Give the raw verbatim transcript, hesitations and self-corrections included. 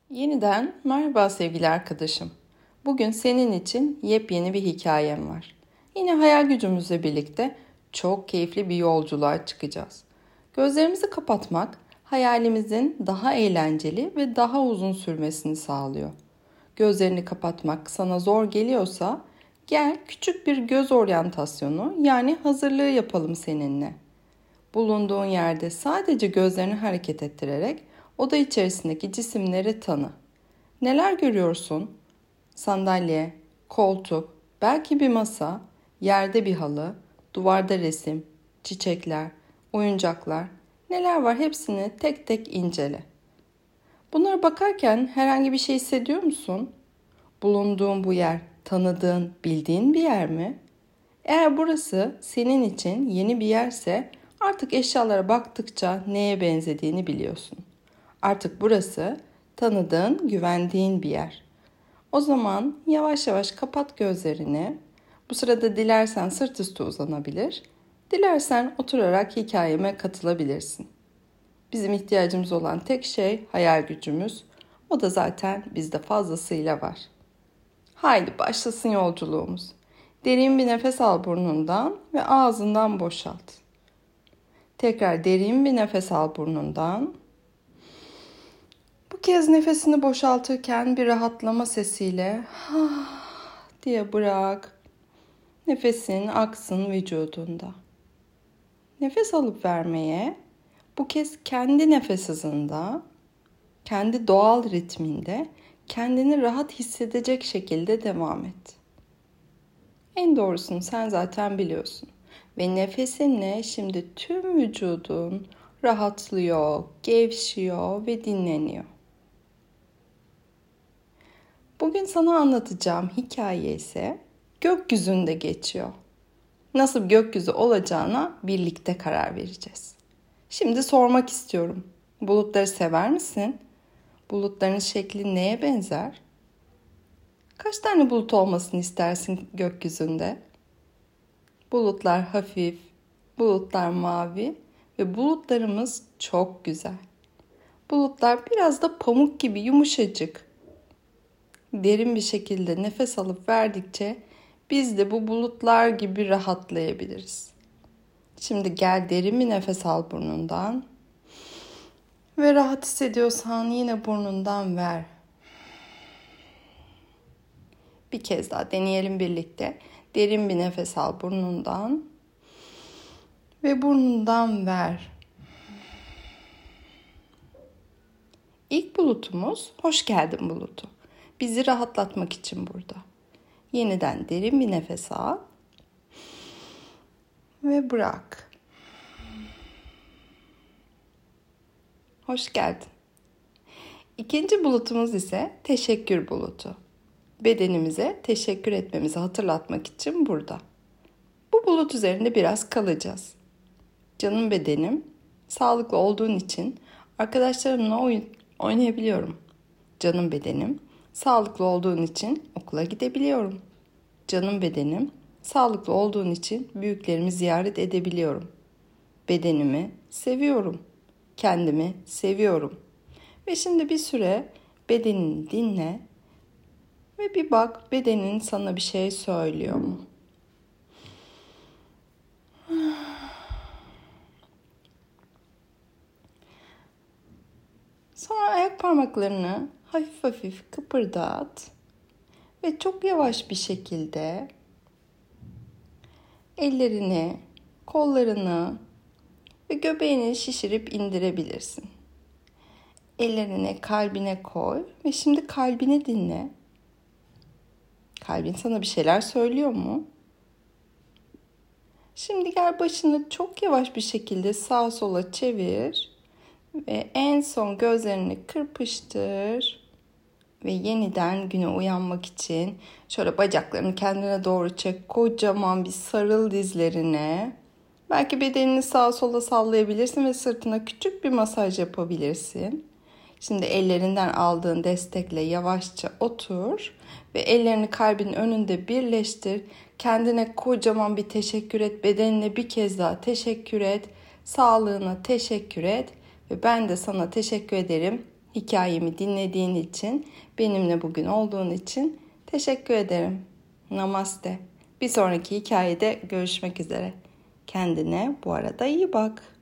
Yeniden merhaba sevgili arkadaşım. Bugün senin için yepyeni bir hikayem var. Yine hayal gücümüzle birlikte çok keyifli bir yolculuğa çıkacağız. Gözlerimizi kapatmak hayalimizin daha eğlenceli ve daha uzun sürmesini sağlıyor. Gözlerini kapatmak sana zor geliyorsa gel küçük bir göz oryantasyonu yani hazırlığı yapalım seninle. Bulunduğun yerde sadece gözlerini hareket ettirerek oda içerisindeki cisimleri tanı. Neler görüyorsun? Sandalye, koltuk, belki bir masa, yerde bir halı, duvarda resim, çiçekler, oyuncaklar. Neler var hepsini tek tek incele. Bunlara bakarken herhangi bir şey hissediyor musun? Bulunduğun bu yer tanıdığın, bildiğin bir yer mi? Eğer burası senin için yeni bir yerse artık eşyalara baktıkça neye benzediğini biliyorsun. Artık burası tanıdığın, güvendiğin bir yer. O zaman yavaş yavaş kapat gözlerini. Bu sırada dilersen sırt üstü uzanabilir, dilersen oturarak hikayeme katılabilirsin. Bizim ihtiyacımız olan tek şey hayal gücümüz. O da zaten bizde fazlasıyla var. Haydi başlasın yolculuğumuz. Derin bir nefes al burnundan ve ağzından boşalt. Tekrar derin bir nefes al burnundan. Bu kez nefesini boşaltırken bir rahatlama sesiyle ha diye bırak. Nefesin aksın vücudunda. Nefes alıp vermeye bu kez kendi nefes hızında, kendi doğal ritminde kendini rahat hissedecek şekilde devam et. En doğrusunu sen zaten biliyorsun. Ve nefesinle şimdi tüm vücudun rahatlıyor, gevşiyor ve dinleniyor. Bugün sana anlatacağım hikaye ise gökyüzünde geçiyor. Nasıl bir gökyüzü olacağına birlikte karar vereceğiz. Şimdi sormak istiyorum. Bulutları sever misin? Bulutların şekli neye benzer? Kaç tane bulut olmasını istersin gökyüzünde? Bulutlar hafif, bulutlar mavi ve bulutlarımız çok güzel. Bulutlar biraz da pamuk gibi yumuşacık. Derin bir şekilde nefes alıp verdikçe biz de bu bulutlar gibi rahatlayabiliriz. Şimdi gel derin bir nefes al burnundan ve rahat hissediyorsan yine burnundan ver. Bir kez daha deneyelim birlikte. Derin bir nefes al burnundan ve burnundan ver. İlk bulutumuz hoş geldin bulutu. Bizi rahatlatmak için burada. Yeniden derin bir nefes al ve bırak. Hoş geldin. İkinci bulutumuz ise teşekkür bulutu. Bedenimize teşekkür etmemizi hatırlatmak için burada. Bu bulut üzerinde biraz kalacağız. Canım bedenim, sağlıklı olduğun için arkadaşlarımla oyun oynayabiliyorum. Canım bedenim, sağlıklı olduğun için okula gidebiliyorum. Canım bedenim, sağlıklı olduğun için büyüklerimi ziyaret edebiliyorum. Bedenimi seviyorum. Kendimi seviyorum. Ve şimdi bir süre bedenini dinle ve bir bak bedenin sana bir şey söylüyor mu? Sonra ayak parmaklarını hafif hafif kıpırdat ve çok yavaş bir şekilde ellerini, kollarını ve göbeğini şişirip indirebilirsin. Ellerini kalbine koy ve şimdi kalbini dinle. Kalbin sana bir şeyler söylüyor mu? Şimdi gel başını çok yavaş bir şekilde sağa sola çevir ve en son gözlerini kırpıştır ve yeniden güne uyanmak için şöyle bacaklarını kendine doğru çek, kocaman bir sarıl dizlerine. Belki bedenini sağa sola sallayabilirsin ve sırtına küçük bir masaj yapabilirsin. Şimdi ellerinden aldığın destekle yavaşça otur ve ellerini kalbin önünde birleştir. Kendine kocaman bir teşekkür et. Bedenine bir kez daha teşekkür et. Sağlığına teşekkür et. Ve ben de sana teşekkür ederim. Hikayemi dinlediğin için, benimle bugün olduğun için teşekkür ederim. Namaste. Bir sonraki hikayede görüşmek üzere. Kendine bu arada iyi bak.